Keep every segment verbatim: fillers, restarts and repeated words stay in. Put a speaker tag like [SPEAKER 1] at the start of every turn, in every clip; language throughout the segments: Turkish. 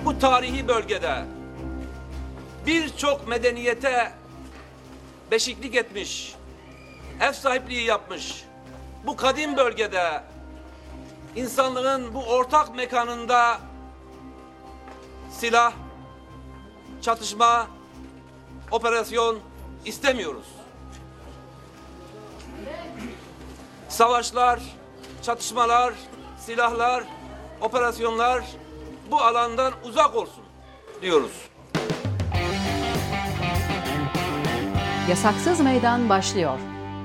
[SPEAKER 1] bu tarihi bölgede birçok medeniyete beşiklik etmiş, ev sahipliği yapmış, bu kadim bölgede insanlığın bu ortak mekanında silah, çatışma, operasyon istemiyoruz. Savaşlar, çatışmalar, silahlar, operasyonlar bu alandan uzak olsun diyoruz.
[SPEAKER 2] Yasaksız Meydan başlıyor.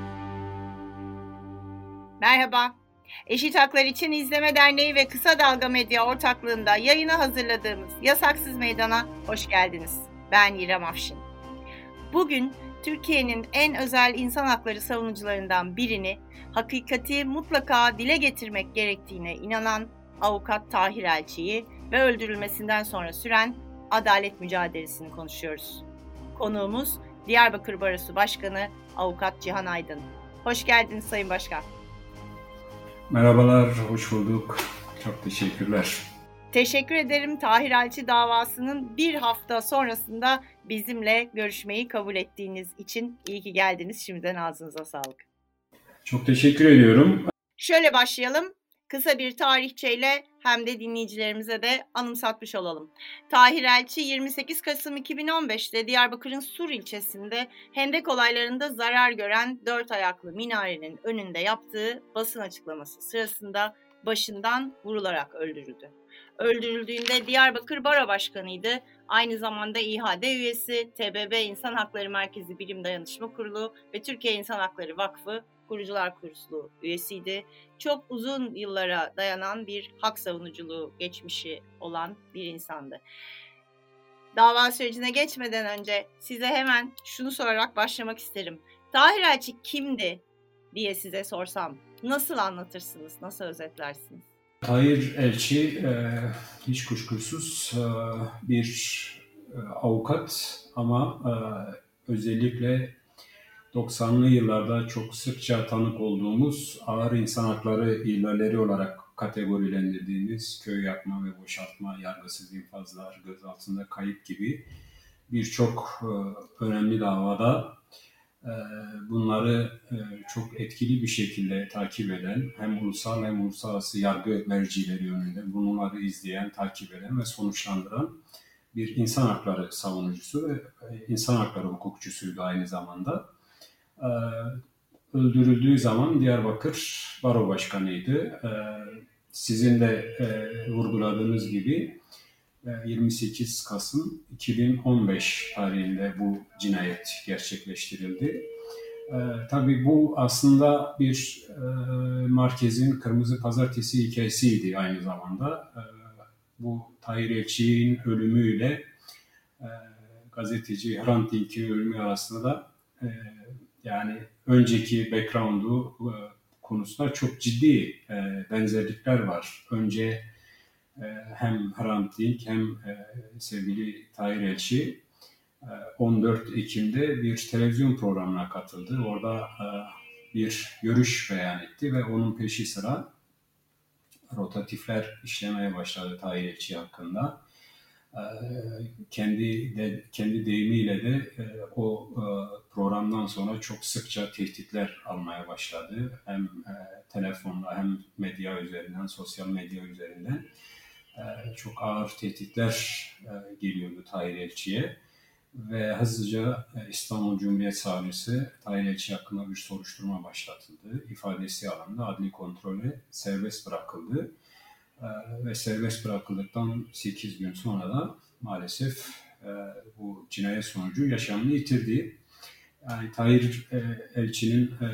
[SPEAKER 3] Merhaba. Eşit Haklar İçin İzleme Derneği ve Kısa Dalga Medya ortaklığında yayına hazırladığımız Yasaksız Meydan'a hoş geldiniz. Ben İrem Afşin. Bugün Türkiye'nin en özel insan hakları savunucularından birini, hakikati mutlaka dile getirmek gerektiğine inanan avukat Tahir Elçi'yi ve öldürülmesinden sonra süren adalet mücadelesini konuşuyoruz. Konuğumuz Diyarbakır Barosu Başkanı Avukat Cihan Aydın. Hoş geldiniz Sayın Başkan.
[SPEAKER 4] Merhabalar, hoş bulduk. Çok teşekkürler.
[SPEAKER 3] Teşekkür ederim. Tahir Elçi davasının bir hafta sonrasında bizimle görüşmeyi kabul ettiğiniz için iyi ki geldiniz. Şimdiden ağzınıza sağlık.
[SPEAKER 4] Çok teşekkür ediyorum.
[SPEAKER 3] Şöyle başlayalım. Kısa bir tarihçeyle hem de dinleyicilerimize de anımsatmış olalım. Tahir Elçi yirmi sekiz Kasım iki bin on beşte Diyarbakır'ın Sur ilçesinde Hendek olaylarında zarar gören dört ayaklı minarenin önünde yaptığı basın açıklaması sırasında başından vurularak öldürüldü. Öldürüldüğünde Diyarbakır Baro Başkanıydı. Aynı zamanda İHAD üyesi, T B B İnsan Hakları Merkezi Bilim Dayanışma Kurulu ve Türkiye İnsan Hakları Vakfı Kurucular Kurulu üyesiydi. Çok uzun yıllara dayanan bir hak savunuculuğu geçmişi olan bir insandı. Dava sürecine geçmeden önce size hemen şunu sorarak başlamak isterim. Tahir Elçi kimdi diye size sorsam nasıl anlatırsınız, nasıl özetlersiniz?
[SPEAKER 4] Tahir Elçi e, hiç kuşkusuz e, bir e, avukat ama e, özellikle doksanlı yıllarda çok sıkça tanık olduğumuz ağır insan hakları ihlalleri olarak kategorilendirdiğimiz köy yakma ve boşaltma, yargısız infazlar, gözaltında kayıp gibi birçok e, önemli davada e, bunları e, çok etkili bir şekilde takip eden, hem ulusal hem uluslararası yargı mercileri yönünde bunları izleyen, takip eden ve sonuçlandıran bir insan hakları savunucusu ve insan hakları hukukçusuydu aynı zamanda. Ee, öldürüldüğü zaman Diyarbakır Baro Başkanı'ydı. Ee, sizin de e, vurguladığınız gibi e, yirmi sekiz Kasım iki bin on beş tarihinde bu cinayet gerçekleştirildi. Ee, tabii bu aslında bir e, merkezin Kırmızı Pazartesi hikayesiydi aynı zamanda. Ee, bu Tahir Elçi'nin ölümüyle e, gazeteci Hrant Dink'in ölümü arasında da e, yani önceki background'u e, konusunda çok ciddi e, benzerlikler var. Önce e, hem Hrant Dink hem e, sevgili Tahir Elçi e, on dört Ekim'de bir televizyon programına katıldı. Orada e, bir görüş beyan etti ve onun peşi sıra rotatifler işlemeye başladı Tahir Elçi hakkında. E, kendi de, kendi deyimiyle de e, o e, programdan sonra çok sıkça tehditler almaya başladı. Hem e, telefonla hem medya üzerinden, sosyal medya üzerinden e, çok ağır tehditler e, geliyordu Tahir Elçi'ye. Ve hızlıca e, İstanbul Cumhuriyet Savcısı Tahir Elçi hakkında bir soruşturma başlatıldı. İfadesi alındı, adli kontrole serbest bırakıldı. E, ve serbest bırakıldıktan sekiz gün sonra da maalesef e, bu cinayet sonucu yaşamını yitirdi. Yani Tahir e, Elçi'nin e,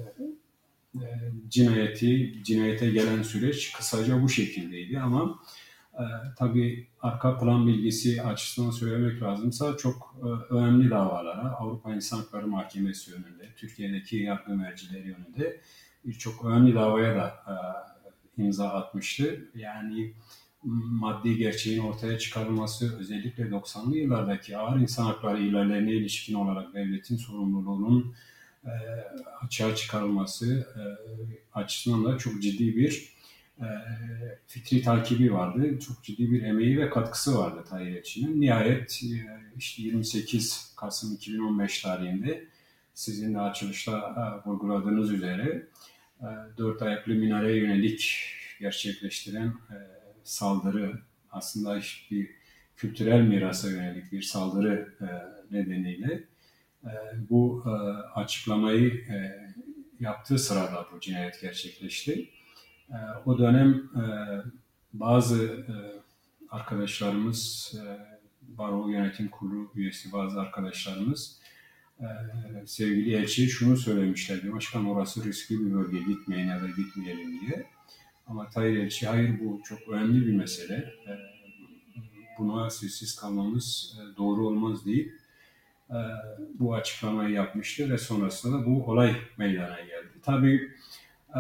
[SPEAKER 4] e, cinayeti, cinayete gelen süreç kısaca bu şekildeydi ama e, tabii arka plan bilgisi açısından söylemek lazımsa çok e, önemli davalara Avrupa İnsan Hakları Mahkemesi yönünde, Türkiye'deki yargı mercileri yönünde birçok önemli davaya da e, imza atmıştı. Yani maddi gerçeğin ortaya çıkarılması, özellikle doksanlı yıllardaki ağır insan hakları ihlallerine ilişkin olarak devletin sorumluluğunun e, açığa çıkarılması e, açısından da çok ciddi bir e, fikri takibi vardı. Çok ciddi bir emeği ve katkısı vardı Tahir Elçi'nin. Nihayet e, işte yirmi sekiz Kasım iki bin on beş tarihinde sizin de açılışta e, vurguladığınız üzere e, dört ayaklı minareye yönelik gerçekleştiren e, saldırı, aslında işte bir kültürel mirasa yönelik bir saldırı e, nedeniyle e, bu e, açıklamayı e, yaptığı sırada bu cinayet gerçekleşti. E, o dönem e, bazı e, arkadaşlarımız, e, Baro Yönetim Kurulu üyesi bazı arkadaşlarımız e, sevgili elçiye şunu söylemişlerdi: başkan, orası riskli bir bölge, gitmeyin ya da gitmeyelim diye. Ama Tahir Elçi, hayır, bu çok önemli bir mesele, e, buna sessiz kalmamız e, doğru olmaz deyip e, bu açıklamayı yapmıştı ve sonrasında da bu olay meydana geldi. Tabii e,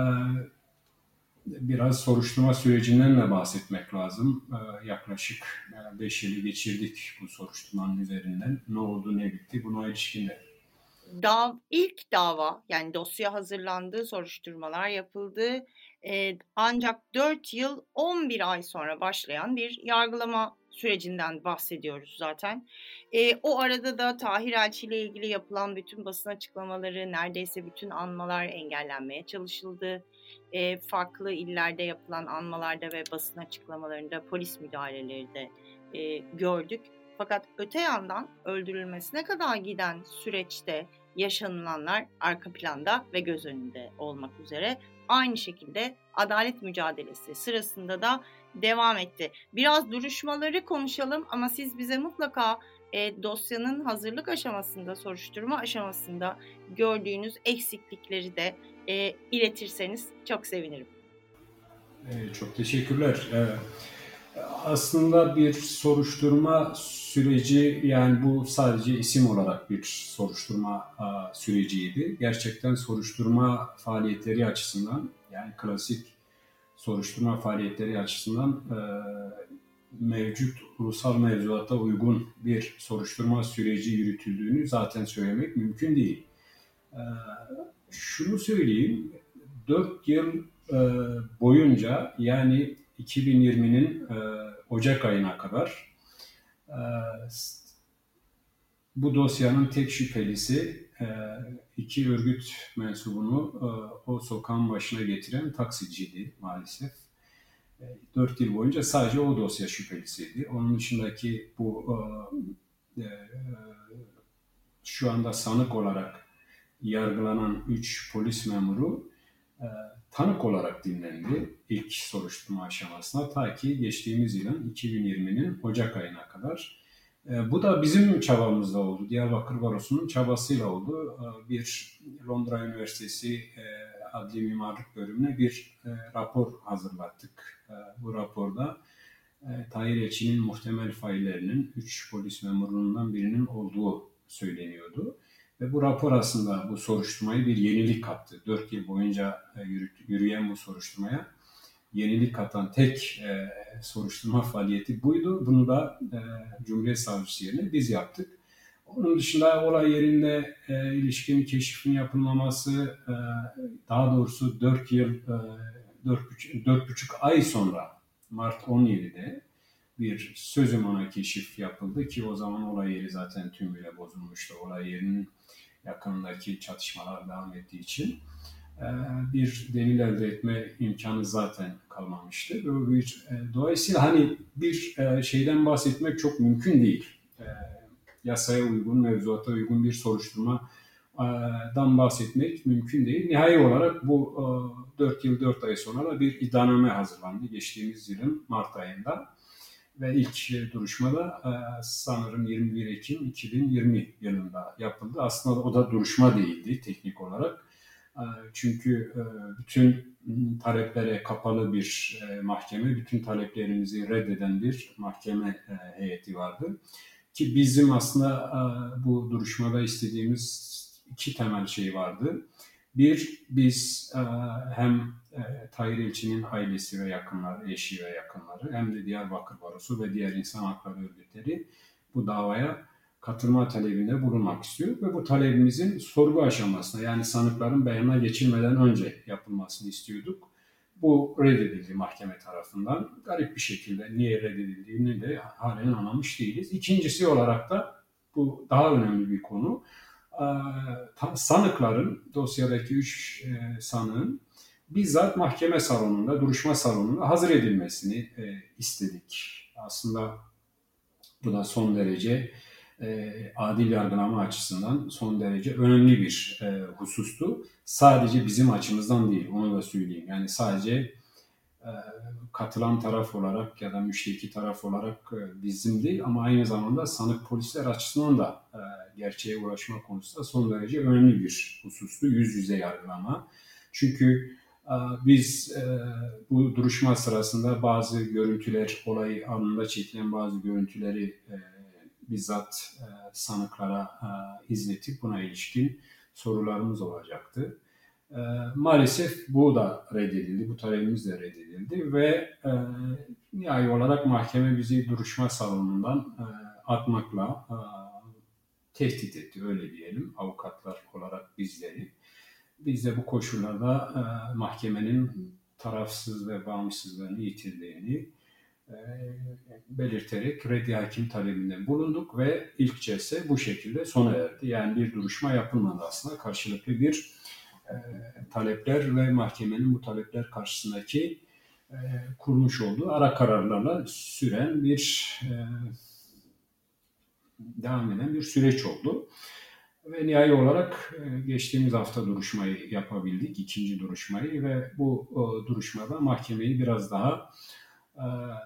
[SPEAKER 4] biraz soruşturma sürecinden de bahsetmek lazım. E, yaklaşık beş yılı geçirdik bu soruşturmanın üzerinden. Ne oldu, ne bitti, buna ilişkin de.
[SPEAKER 3] Dav, ilk dava, yani dosya hazırlandı, soruşturmalar yapıldı. Ee, ancak dört yıl on bir ay sonra başlayan bir yargılama sürecinden bahsediyoruz zaten. Ee, o arada da Tahir Elçi ile ilgili yapılan bütün basın açıklamaları, neredeyse bütün anmalar engellenmeye çalışıldı. Ee, farklı illerde yapılan anmalarda ve basın açıklamalarında polis müdahaleleri de e, gördük. Fakat öte yandan öldürülmesine kadar giden süreçte yaşanılanlar arka planda ve göz önünde olmak üzere aynı şekilde adalet mücadelesi sırasında da devam etti. Biraz duruşmaları konuşalım ama siz bize mutlaka e, dosyanın hazırlık aşamasında, soruşturma aşamasında gördüğünüz eksiklikleri de e, iletirseniz çok sevinirim.
[SPEAKER 4] E, çok teşekkürler. E, aslında bir soruşturma süreci, yani bu sadece isim olarak bir soruşturma a, süreciydi. Gerçekten soruşturma faaliyetleri açısından, yani klasik soruşturma faaliyetleri açısından e, mevcut ulusal mevzuata uygun bir soruşturma süreci yürütüldüğünü zaten söylemek mümkün değil. E, şunu söyleyeyim, dört yıl e, boyunca, yani iki bin yirminin e, Ocak ayına kadar e, bu dosyanın tek şüphelisi e, iki örgüt mensubunu e, o sokağın başına getiren taksiciydi maalesef. E, dört yıl boyunca sadece o dosya şüphelisiydi. Onun dışındaki bu e, e, şu anda sanık olarak yargılanan üç polis memuru e, tanık olarak dinlendi ilk soruşturma aşamasında, ta ki geçtiğimiz yılın iki bin yirminin Ocak ayına kadar. E, bu da bizim çabamızla oldu. Diyarbakır Barosu'nun çabasıyla oldu. E, bir Londra Üniversitesi e, Adli Mimarlık Bölümüne bir e, rapor hazırlattık. E, bu raporda e, Tahir Elçi'nin muhtemel faillerinin üç polis memurundan birinin olduğu söyleniyordu. Ve bu rapor aslında bu soruşturmayı bir yenilik kattı. Dört yıl boyunca yürüyen bu soruşturmaya yenilik katan tek e, soruşturma faaliyeti buydu. Bunu da e, Cumhuriyet Savcısı yerine biz yaptık. Onun dışında olay yerinde e, ilişkin keşifin yapılmaması, e, daha doğrusu dört yıl, dört buçuk ay sonra Mart on yedide bir sözüm ona keşif yapıldı ki o zaman olay yeri zaten tümüyle bozulmuştu. Olay yerinin yakınındaki çatışmalar devam ettiği için bir delil elde etme imkanı zaten kalmamıştı. Bir, dolayısıyla hani bir şeyden bahsetmek çok mümkün değil. Yasaya uygun, mevzuata uygun bir soruşturmadan bahsetmek mümkün değil. Nihai olarak bu dört yıl dört ay sonra da bir iddianame hazırlandı geçtiğimiz yılın Mart ayında. Ve ilk duruşmada sanırım yirmi bir Ekim iki bin yirmi yılında yapıldı. Aslında o da duruşma değildi teknik olarak. Çünkü bütün taleplere kapalı bir mahkeme, bütün taleplerimizi reddeden bir mahkeme heyeti vardı. Ki bizim aslında bu duruşmada istediğimiz iki temel şey vardı. Bir, biz hem Tahir Elçi'nin ailesi ve yakınları, eşi ve yakınları, hem de Diyarbakır Barosu ve diğer insan hakları örgütleri bu davaya katılma talebinde bulunmak istiyor ve bu talebimizin sorgu aşamasında, yani sanıkların beyanına geçilmeden önce yapılmasını istiyorduk. bu reddedildi mahkeme tarafından. Garip bir şekilde niye reddedildiğini de halen anlamış değiliz. İkincisi olarak da bu daha önemli bir konu. Sanıkların, dosyadaki üç sanığın bizzat mahkeme salonunda, duruşma salonunda hazır edilmesini istedik. Aslında bu da son derece adil yargılama açısından son derece önemli bir husustu. Sadece bizim açımızdan değil, onu da söyleyeyim. Yani sadece katılan taraf olarak ya da müşteki taraf olarak bizim değil ama aynı zamanda sanık polisler açısından da gerçeğe ulaşma konusunda son derece önemli bir husustu. Yüz yüze yargılama. Çünkü biz bu duruşma sırasında bazı görüntüler, olay anında çekilen bazı görüntüleri bizzat sanıklara izletip buna ilişkin sorularımız olacaktı. Maalesef bu da reddedildi, bu talebimiz de reddedildi ve nihai olarak mahkeme bizi duruşma salonundan atmakla tehdit etti, öyle diyelim, avukatlar olarak bizleri. Biz de bu koşullarda mahkemenin tarafsız ve bağımsızlığını yitirdiğini belirterek reddi hakim talebinden bulunduk ve ilk celse bu şekilde sona erdi. Yani bir duruşma yapılmadı aslında, karşılıklı bir e, talepler ve mahkemenin bu talepler karşısındaki e, kurmuş olduğu ara kararlarla süren bir e, devam eden bir süreç oldu. Ve nihai olarak e, geçtiğimiz hafta duruşmayı yapabildik, ikinci duruşmayı ve bu o, duruşmada mahkemeyi biraz daha e,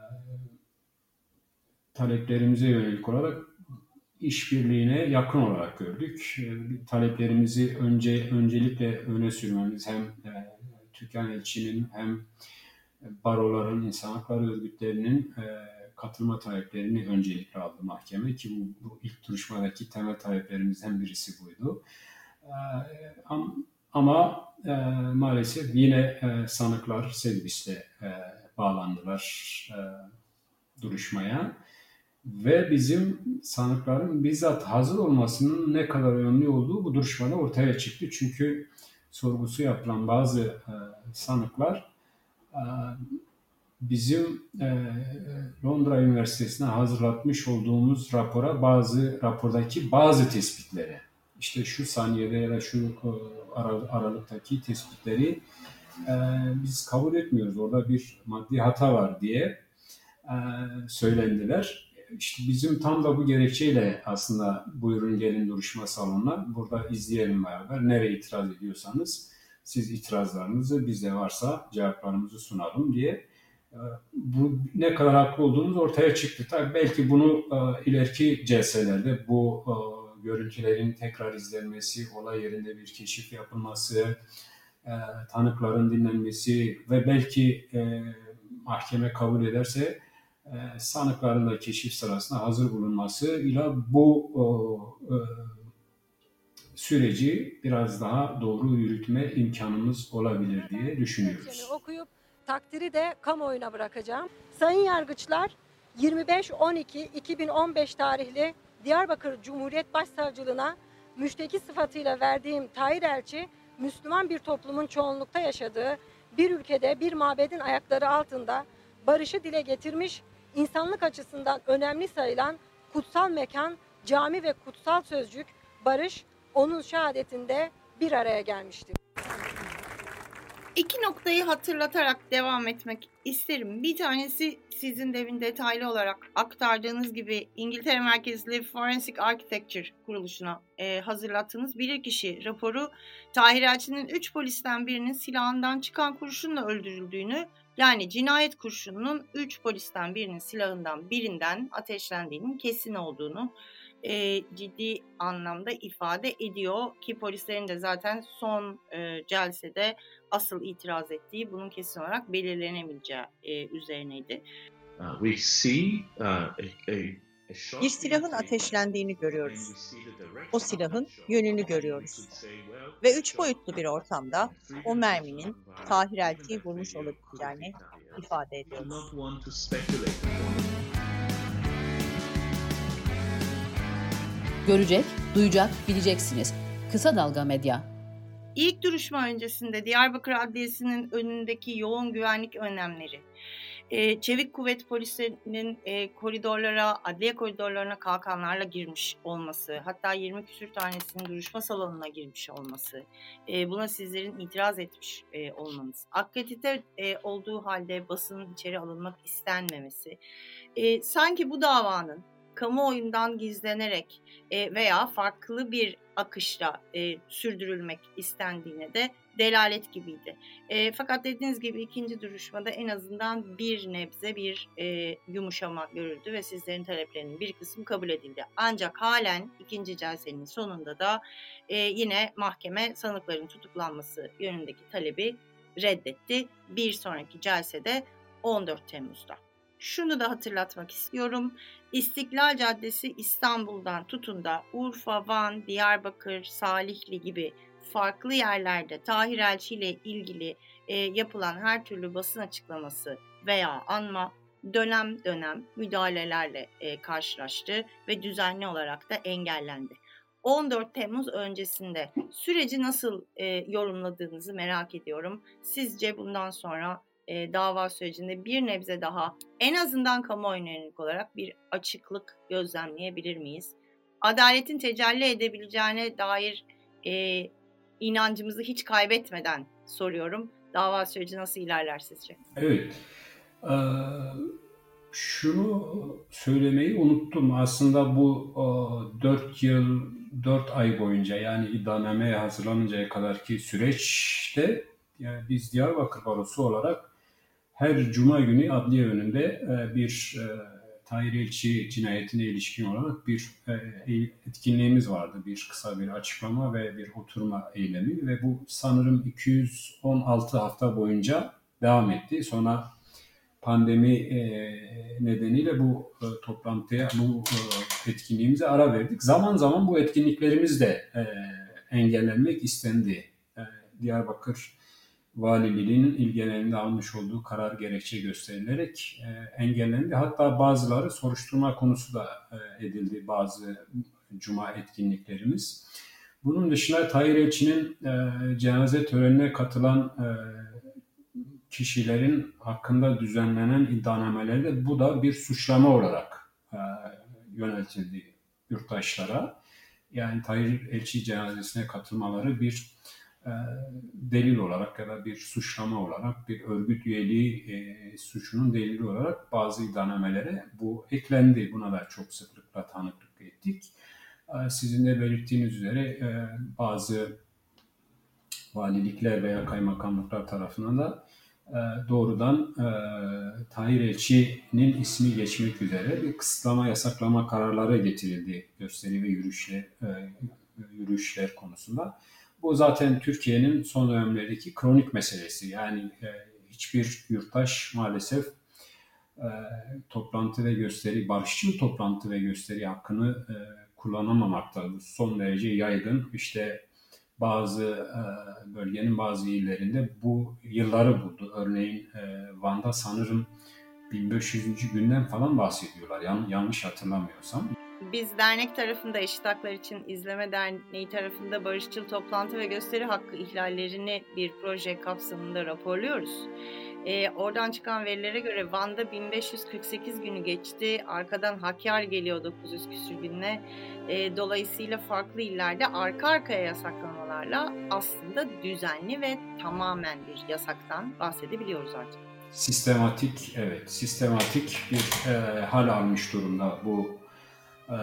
[SPEAKER 4] taleplerimize yönelik olarak işbirliğine yakın olarak gördük. Taleplerimizi önce öncelikle öne sürmemiz hem e, Türkan Elçi'nin hem baroların, insan hakları örgütlerinin e, katılma taleplerini öncelikle aldı mahkeme ki bu, bu ilk duruşmadaki temel taleplerimizden birisi buydu. E, am, ama e, maalesef yine e, sanıklar Sedbis'te e, bağlandılar e, duruşmaya. Ve bizim sanıkların bizzat hazır olmasının ne kadar önemli olduğu bu duruşmada ortaya çıktı. Çünkü sorgusu yapılan bazı e, sanıklar e, bizim e, Londra Üniversitesi'ne hazırlatmış olduğumuz rapora bazı rapordaki bazı tespitleri, işte şu saniyede ya da şu e, ar- aralıktaki tespitleri e, biz kabul etmiyoruz. Orada bir maddi hata var diye e, söylendiler. İşte bizim tam da bu gerekçeyle aslında buyurun gelin duruşma salonuna, burada izleyelim beraber. Nereye itiraz ediyorsanız siz itirazlarınızı, bizde varsa cevaplarımızı sunalım diye. Bu ne kadar haklı olduğumuz ortaya çıktı. Tabii belki bunu ileriki celselerde bu görüntülerin tekrar izlenmesi, olay yerinde bir keşif yapılması, tanıkların dinlenmesi ve belki mahkeme kabul ederse sanıkların da keşif sırasında hazır bulunmasıyla bu o, e, süreci biraz daha doğru yürütme imkanımız olabilir diye düşünüyoruz.
[SPEAKER 2] Okuyup takdiri de kamuoyuna bırakacağım. Sayın yargıçlar, yirmi beş on iki iki bin on beş tarihli Diyarbakır Cumhuriyet Başsavcılığına müşteki sıfatıyla verdiğim Tahir Elçi, Müslüman bir toplumun çoğunlukta yaşadığı bir ülkede bir mabedin ayakları altında barışı dile getirmiş, İnsanlık açısından önemli sayılan kutsal mekan, cami ve kutsal sözcük, barış, onun şehadetinde bir araya gelmiştir.
[SPEAKER 3] İki noktayı hatırlatarak devam etmek isterim. Bir tanesi sizin demin detaylı olarak aktardığınız gibi İngiltere merkezli Forensic Architecture kuruluşuna e, hazırlattığınız bilirkişi raporu Tahir Elçi'nin üç polisten birinin silahından çıkan kurşunla öldürüldüğünü, yani cinayet kurşununun üç polisten birinin silahından birinden ateşlendiğinin kesin olduğunu e, ciddi anlamda ifade ediyor ki polislerin de zaten son e, celsede asıl itiraz ettiği bunun kesin olarak belirlenemeyeceği e, üzerineydi.
[SPEAKER 5] We see uh, a, a
[SPEAKER 6] Bir silahın ateşlendiğini görüyoruz. O silahın yönünü görüyoruz. Ve üç boyutlu bir ortamda o merminin Tahir Elçi'yi vurmuş olabileceğini ifade ediyoruz.
[SPEAKER 7] Görecek, duyacak, bileceksiniz. Kısa Dalga Medya.
[SPEAKER 3] İlk duruşma öncesinde Diyarbakır Adliyesi'nin önündeki yoğun güvenlik önlemleri, e, çevik kuvvet polislerinin e, koridorlara, adliye koridorlarına kalkanlarla girmiş olması, hatta yirmi küsür tanesinin duruşma salonuna girmiş olması, e, buna sizlerin itiraz etmiş e, olmanız, akredite e, olduğu halde basının içeri alınmak istenmemesi, e, sanki bu davanın kamuoyundan gizlenerek e, veya farklı bir akışla e, sürdürülmek istendiğine de delalet gibiydi. E, fakat dediğiniz gibi ikinci duruşmada en azından bir nebze bir e, yumuşama görüldü ve sizlerin taleplerinin bir kısmı kabul edildi. Ancak halen ikinci celsenin sonunda da e, yine mahkeme sanıkların tutuklanması yönündeki talebi reddetti. Bir sonraki celsede on dört Temmuz'da. Şunu da hatırlatmak istiyorum. İstiklal Caddesi İstanbul'dan tutun da Urfa, Van, Diyarbakır, Salihli gibi farklı yerlerde Tahir Elçi ile ilgili e, yapılan her türlü basın açıklaması veya anma dönem dönem müdahalelerle e, karşılaştı ve düzenli olarak da engellendi. on dört Temmuz öncesinde süreci nasıl e, yorumladığınızı merak ediyorum. Sizce bundan sonra e, dava sürecinde bir nebze daha en azından kamuoyuna yönelik olarak bir açıklık gözlemleyebilir miyiz? Adaletin tecelli edebileceğine dair e, inancımızı hiç kaybetmeden soruyorum. Dava süreci nasıl ilerler sizce?
[SPEAKER 4] Evet. Ee, şunu söylemeyi unuttum. Aslında bu dört yıl, dört ay boyunca, yani iddianameye hazırlanıncaya kadarki süreçte yani biz Diyarbakır Barosu olarak her cuma günü adliye önünde e, bir e, Tahir Elçi cinayetine ilişkin olarak bir e, etkinliğimiz vardı. Bir kısa bir açıklama ve bir oturma eylemi ve bu sanırım iki yüz on altı hafta boyunca devam etti. Sonra pandemi e, nedeniyle bu e, toplantıya, bu e, etkinliğimize ara verdik. Zaman zaman bu etkinliklerimiz de e, engellenmek istendi. E, Diyarbakır Valiliğinin il genelinde almış olduğu karar gerekçe gösterilerek e, engellendi. Hatta bazıları soruşturma konusu da e, edildi, bazı cuma etkinliklerimiz. Bunun dışında Tahir Elçi'nin e, cenaze törenine katılan e, kişilerin hakkında düzenlenen iddianamelerde bu da bir suçlama olarak e, yöneltildi yurttaşlara. Yani Tahir Elçi cenazesine katılmaları bir e, delil olarak ya da bir suçlama olarak, bir örgüt üyeliği e, suçunun delili olarak bazı iddianamelere bu eklendi. Buna da çok sıklıkla tanıklık ettik. E, sizin de belirttiğiniz üzere e, bazı valilikler veya kaymakamlıklar tarafından da e, doğrudan e, Tahir Elçi'nin ismi geçmek üzere bir kısıtlama, yasaklama kararları getirildi gösteri ve yürüyüşler, e, yürüyüşler konusunda. Bu zaten Türkiye'nin son dönemlerdeki kronik meselesi. Yani e, hiçbir yurttaş maalesef e, toplantı ve gösteri, barışçıl toplantı ve gösteri hakkını e, kullanamamakta. Son derece yaygın. İşte bazı e, bölgenin bazı illerinde bu yılları buldu. Örneğin e, Van'da sanırım bin beş yüzüncü günden falan bahsediyorlar. Yan, yanlış hatırlamıyorsam.
[SPEAKER 3] Biz dernek tarafında, Eşit Haklar İçin İzleme Derneği tarafında barışçıl toplantı ve gösteri hakkı ihlallerini bir proje kapsamında raporluyoruz. Ee, oradan çıkan verilere göre Van'da bin beş yüz kırk sekiz günü geçti. Arkadan Hakkari geliyor dokuz yüz küsür günle. Ee, dolayısıyla farklı illerde arka arkaya yasaklamalarla aslında düzenli ve tamamen bir yasaktan bahsedebiliyoruz artık.
[SPEAKER 4] Sistematik, evet, sistematik bir e, hal almış durumda bu e,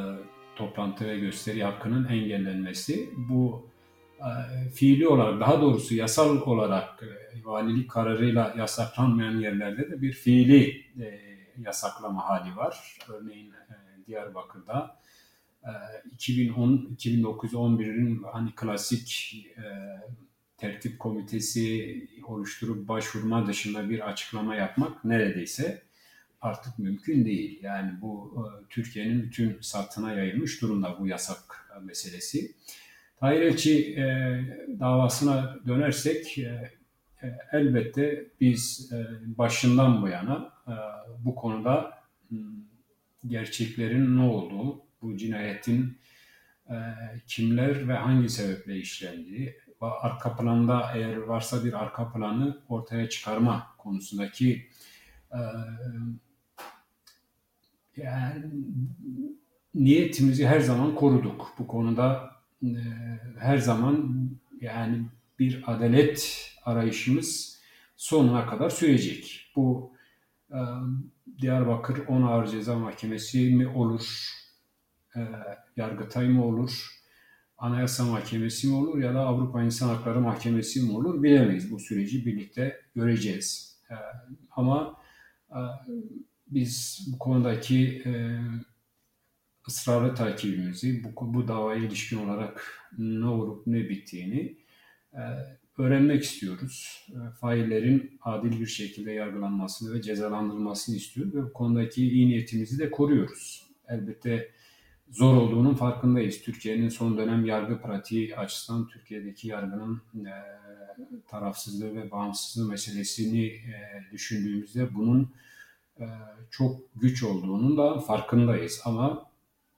[SPEAKER 4] toplantı ve gösteri hakkının engellenmesi. Bu e, fiili olarak, daha doğrusu yasal olarak e, valilik kararıyla yasaklanmayan yerlerde de bir fiili e, yasaklama hali var. Örneğin e, Diyarbakır'da e, iki bin on iki bin dokuz on birin hani klasik e, tertip komitesi oluşturup başvurma dışında bir açıklama yapmak neredeyse artık mümkün değil. Yani bu Türkiye'nin bütün sattına yayılmış durumda bu yasak meselesi. Tahir Elçi e, davasına dönersek e, e, elbette biz e, başından bu yana e, bu konuda m, gerçeklerin ne olduğu, bu cinayetin e, kimler ve hangi sebeple işlendiği, arka planda eğer varsa bir arka planı ortaya çıkarma konusundaki e, yani niyetimizi her zaman koruduk. Bu konuda e, her zaman yani bir adalet arayışımız sonuna kadar sürecek. Bu e, Diyarbakır on Ağır Ceza Mahkemesi mi olur, e, Yargıtay mı olur, Anayasa Mahkemesi mi olur ya da Avrupa İnsan Hakları Mahkemesi mi olur bilemeyiz. Bu süreci birlikte göreceğiz. E, ama e, biz bu konudaki e, ısrarlı takibimizi, bu, bu davaya ilişkin olarak ne olup ne bittiğini e, öğrenmek istiyoruz. E, faillerin adil bir şekilde yargılanmasını ve cezalandırılmasını istiyoruz ve bu konudaki iyi niyetimizi de koruyoruz. Elbette zor olduğunun farkındayız. Türkiye'nin son dönem yargı pratiği açısından Türkiye'deki yargının e, tarafsızlığı ve bağımsızlığı meselesini e, düşündüğümüzde bunun e, çok güç olduğunun da farkındayız. Ama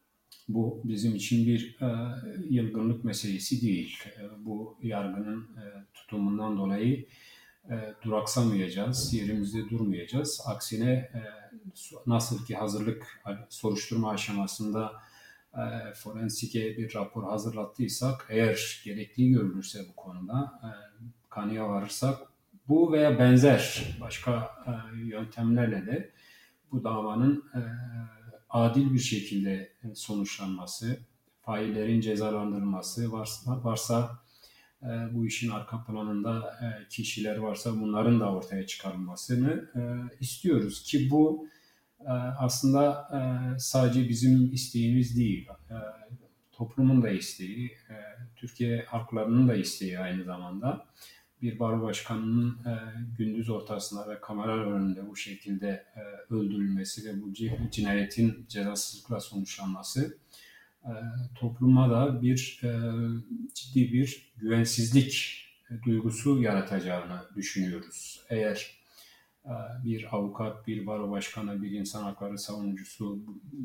[SPEAKER 4] bu bizim için bir e, yılgınlık meselesi değil. E, bu yargının e, tutumundan dolayı e, duraksamayacağız, yerimizde durmayacağız. Aksine e, nasıl ki hazırlık soruşturma aşamasında e, forensike bir rapor hazırlattıysak, eğer gerekli görülürse bu konuda e, kanıya varırsak, bu veya benzer başka e, yöntemlerle de bu davanın e, adil bir şekilde sonuçlanması, faillerin cezalandırılması, varsa, varsa e, bu işin arka planında e, kişiler varsa bunların da ortaya çıkarılmasını e, istiyoruz ki bu e, aslında e, sadece bizim isteğimiz değil, e, toplumun da isteği, e, Türkiye halklarının da isteği aynı zamanda. Bir baro başkanının e, gündüz ortasında ve kameralar önünde bu şekilde e, öldürülmesi ve bu cinayetin cezasızlıkla sonuçlanması e, topluma da bir e, ciddi bir güvensizlik e, duygusu yaratacağını düşünüyoruz. Eğer e, bir avukat, bir baro başkanı, bir insan hakları savunucusu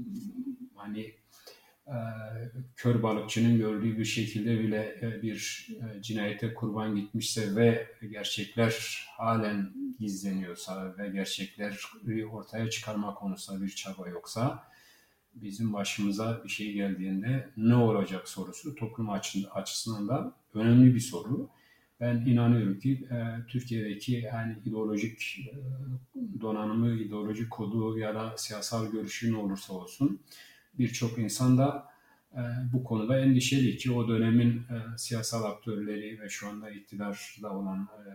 [SPEAKER 4] hani e, kör balıkçının gördüğü bir şekilde bile e, bir e, cinayete kurban gitmişse ve gerçekler halen gizleniyorsa ve gerçekleri ortaya çıkarma konusunda bir çaba yoksa bizim başımıza bir şey geldiğinde ne olacak sorusu toplum açısından da önemli bir soru. Ben inanıyorum ki e, Türkiye'deki yani ideolojik e, donanımı, ideolojik kodu ya da siyasal görüşü ne olursa olsun birçok insan da e, bu konuda endişeli ki o dönemin e, siyasal aktörleri ve şu anda iktidarda olan e,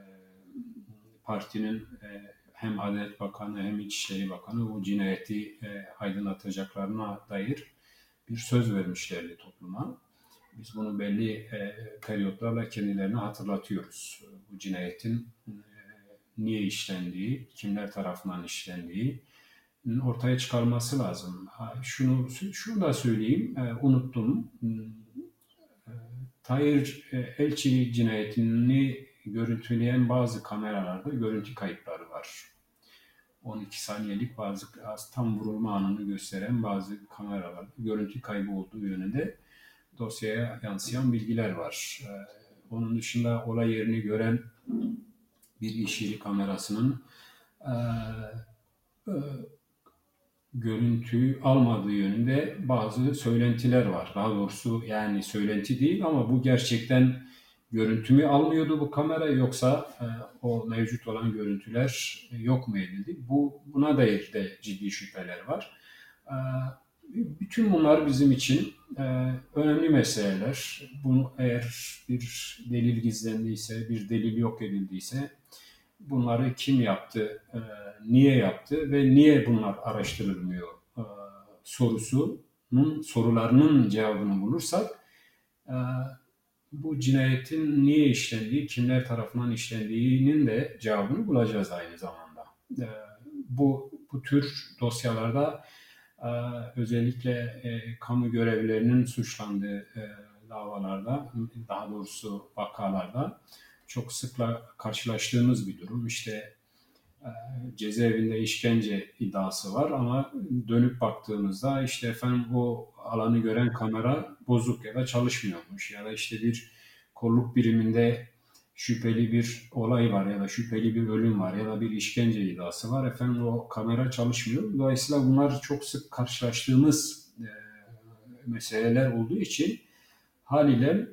[SPEAKER 4] partinin e, hem Adalet Bakanı hem İçişleri Bakanı bu cinayeti e, aydınlatacaklarına dair bir söz vermişlerdi topluma. Biz bunu belli e, periyotlarla kendilerine hatırlatıyoruz. Bu cinayetin e, niye işlendiği, kimler tarafından işlendiği ortaya çıkarması lazım. Şunu şunu da söyleyeyim, e, unuttum. E, Tahir e, Elçi cinayetini görüntüleyen bazı kameralarda görüntü kayıtları var. on iki saniyelik bazı tam vurulma anını gösteren bazı kameralarda görüntü kaybı olduğu yönünde dosyaya yansıyan bilgiler var. E, onun dışında olay yerini gören bir iş yeri kamerasının e, e, görüntü almadığı yönünde bazı söylentiler var. Daha doğrusu yani söylenti değil ama bu gerçekten görüntü mü almıyordu bu kamera yoksa e, o mevcut olan görüntüler yok mu edildi? Bu buna dair de ciddi şüpheler var. E, bütün bunlar bizim için e, önemli meseleler. Bunu eğer bir delil gizlendiyse, bir delil yok edildiyse bunları kim yaptı, e, niye yaptı ve niye bunlar araştırılmıyor e, sorusunun, sorularının cevabını bulursak e, bu cinayetin niye işlendiği, kimler tarafından işlendiğinin de cevabını bulacağız aynı zamanda. E, bu, bu tür dosyalarda e, özellikle e, kamu görevlilerinin suçlandığı e, davalarda, daha doğrusu vakalarda çok sıkla karşılaştığımız bir durum. İşte e, cezaevinde işkence iddiası var ama dönüp baktığımızda işte efendim o alanı gören kamera bozuk ya da çalışmıyormuş ya da işte bir kolluk biriminde şüpheli bir olay var ya da şüpheli bir ölüm var ya da bir işkence iddiası var. Efendim o kamera çalışmıyor. Dolayısıyla bunlar çok sık karşılaştığımız e, meseleler olduğu için haliyle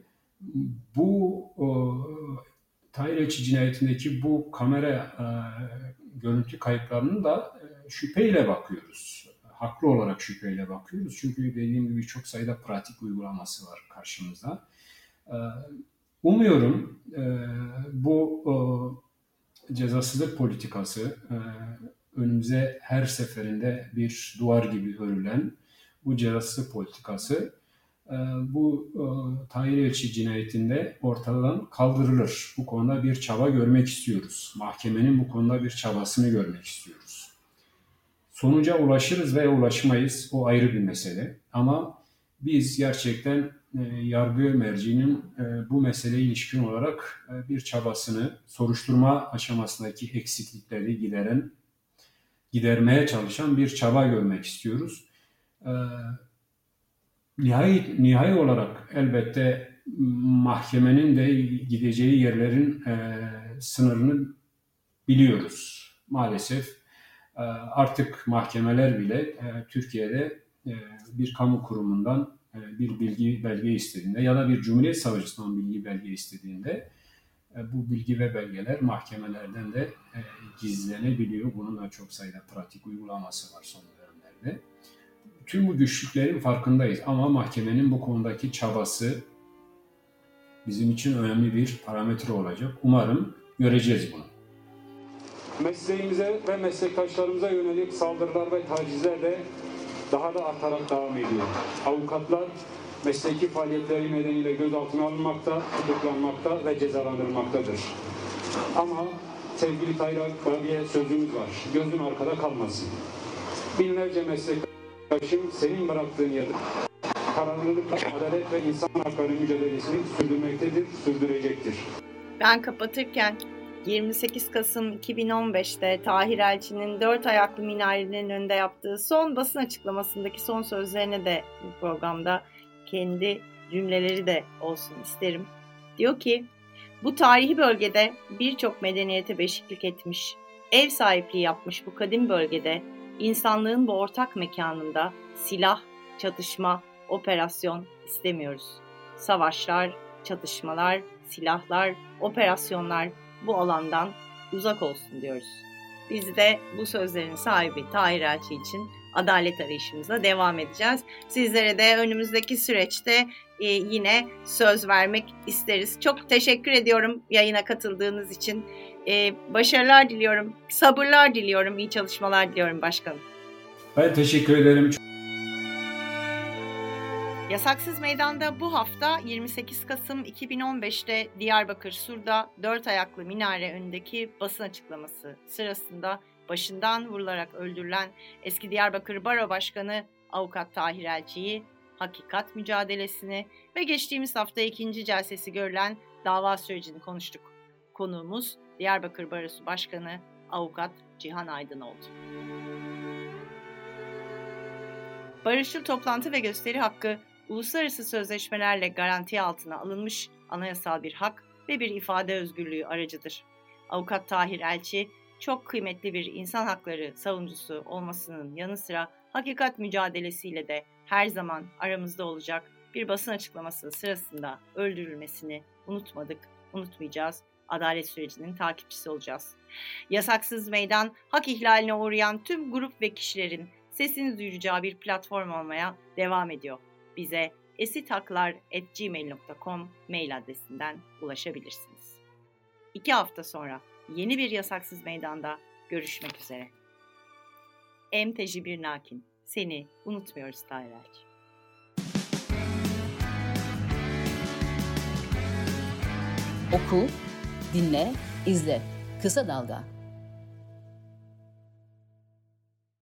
[SPEAKER 4] bu e, Tahir Elçi cinayetindeki bu kamera e, görüntü kayıtlarını da e, şüpheyle bakıyoruz. Haklı olarak şüpheyle bakıyoruz. Çünkü dediğim gibi çok sayıda pratik uygulaması var karşımızda. E, umuyorum e, bu e, cezasızlık politikası e, önümüze her seferinde bir duvar gibi örülen bu cezasızlık politikası e, bu e, Tahir Elçi cinayetinde ortadan kaldırılır. Bu konuda bir çaba görmek istiyoruz. Mahkemenin bu konuda bir çabasını görmek istiyoruz. Sonuca ulaşırız veya ulaşmayız, o ayrı bir mesele. Ama biz gerçekten e, yargı merciinin e, bu meseleye ilişkin olarak e, bir çabasını, soruşturma aşamasındaki eksiklikleri gideren, gidermeye çalışan bir çaba görmek istiyoruz. E, nihai, nihai olarak elbette mahkemenin de gideceği yerlerin e, sınırını biliyoruz. Maalesef e, artık mahkemeler bile e, Türkiye'de e, bir kamu kurumundan e, bir bilgi belge istediğinde ya da bir Cumhuriyet Savcısından bilgi belge istediğinde e, bu bilgi ve belgeler mahkemelerden de e, gizlenebiliyor. Bunun da çok sayıda pratik uygulaması var son dönemlerde. Tüm bu güçlüklerin farkındayız ama mahkemenin bu konudaki çabası bizim için önemli bir parametre olacak. Umarım göreceğiz bunu.
[SPEAKER 7] Mesleğimize ve meslektaşlarımıza yönelik saldırılar ve tacizler de daha da artarak devam ediyor. Avukatlar mesleki faaliyetleri nedeniyle gözaltına alınmakta, tutuklanmakta ve cezalandırılmaktadır. Ama sevgili Tahir abiye sözümüz var. Gözün arkada kalmasın. Binlerce meslektaşım senin bıraktığın yerde kararlılıkla adalet ve insan hakları mücadelesini sürdürmektedir, sürdürecektir.
[SPEAKER 3] Ben kapatırken yirmi sekiz Kasım iki bin on beşte Tahir Elçi'nin dört ayaklı minarenin önünde yaptığı son basın açıklamasındaki son sözlerine de bu programda kendi cümleleri de olsun isterim. Diyor ki, bu tarihi bölgede birçok medeniyete beşiklik etmiş, ev sahipliği yapmış bu kadim bölgede insanlığın bu ortak mekanında silah, çatışma, operasyon istemiyoruz. Savaşlar, çatışmalar, silahlar, operasyonlar bu alandan uzak olsun diyoruz. Biz de bu sözlerin sahibi Tahir Elçi için adalet arayışımıza devam edeceğiz. Sizlere de önümüzdeki süreçte e, yine söz vermek isteriz. Çok teşekkür ediyorum yayına katıldığınız için. E, başarılar diliyorum, sabırlar diliyorum, iyi çalışmalar diliyorum başkanım.
[SPEAKER 4] Ben teşekkür ederim.
[SPEAKER 3] Yasaksız Meydan'da bu hafta yirmi sekiz Kasım iki bin on beşte Diyarbakır Sur'da dört ayaklı minare önündeki basın açıklaması sırasında başından vurularak öldürülen eski Diyarbakır Baro Başkanı Avukat Tahir Elçi'yi, hakikat mücadelesini ve geçtiğimiz hafta ikinci celsesi görülen dava sürecini konuştuk. Konuğumuz Diyarbakır Barosu Başkanı Avukat Cihan Aydın oldu. Barışçıl toplantı ve gösteri hakkı uluslararası sözleşmelerle garanti altına alınmış anayasal bir hak ve bir ifade özgürlüğü aracıdır. Avukat Tahir Elçi, çok kıymetli bir insan hakları savunucusu olmasının yanı sıra hakikat mücadelesiyle de her zaman aramızda olacak. Bir basın açıklaması sırasında öldürülmesini unutmadık, unutmayacağız. Adalet sürecinin takipçisi olacağız. Yasaksız Meydan, hak ihlaline uğrayan tüm grup ve kişilerin sesini duyuracağı bir platform olmaya devam ediyor. Bize esitaklar at gmail nokta com mail adresinden ulaşabilirsiniz. İki hafta sonra yeni bir Yasaksız Meydan'da görüşmek üzere. Emteci bir nakin, seni unutmuyoruz Tahir Elçi.
[SPEAKER 8] Oku, dinle, izle. Kısa Dalga.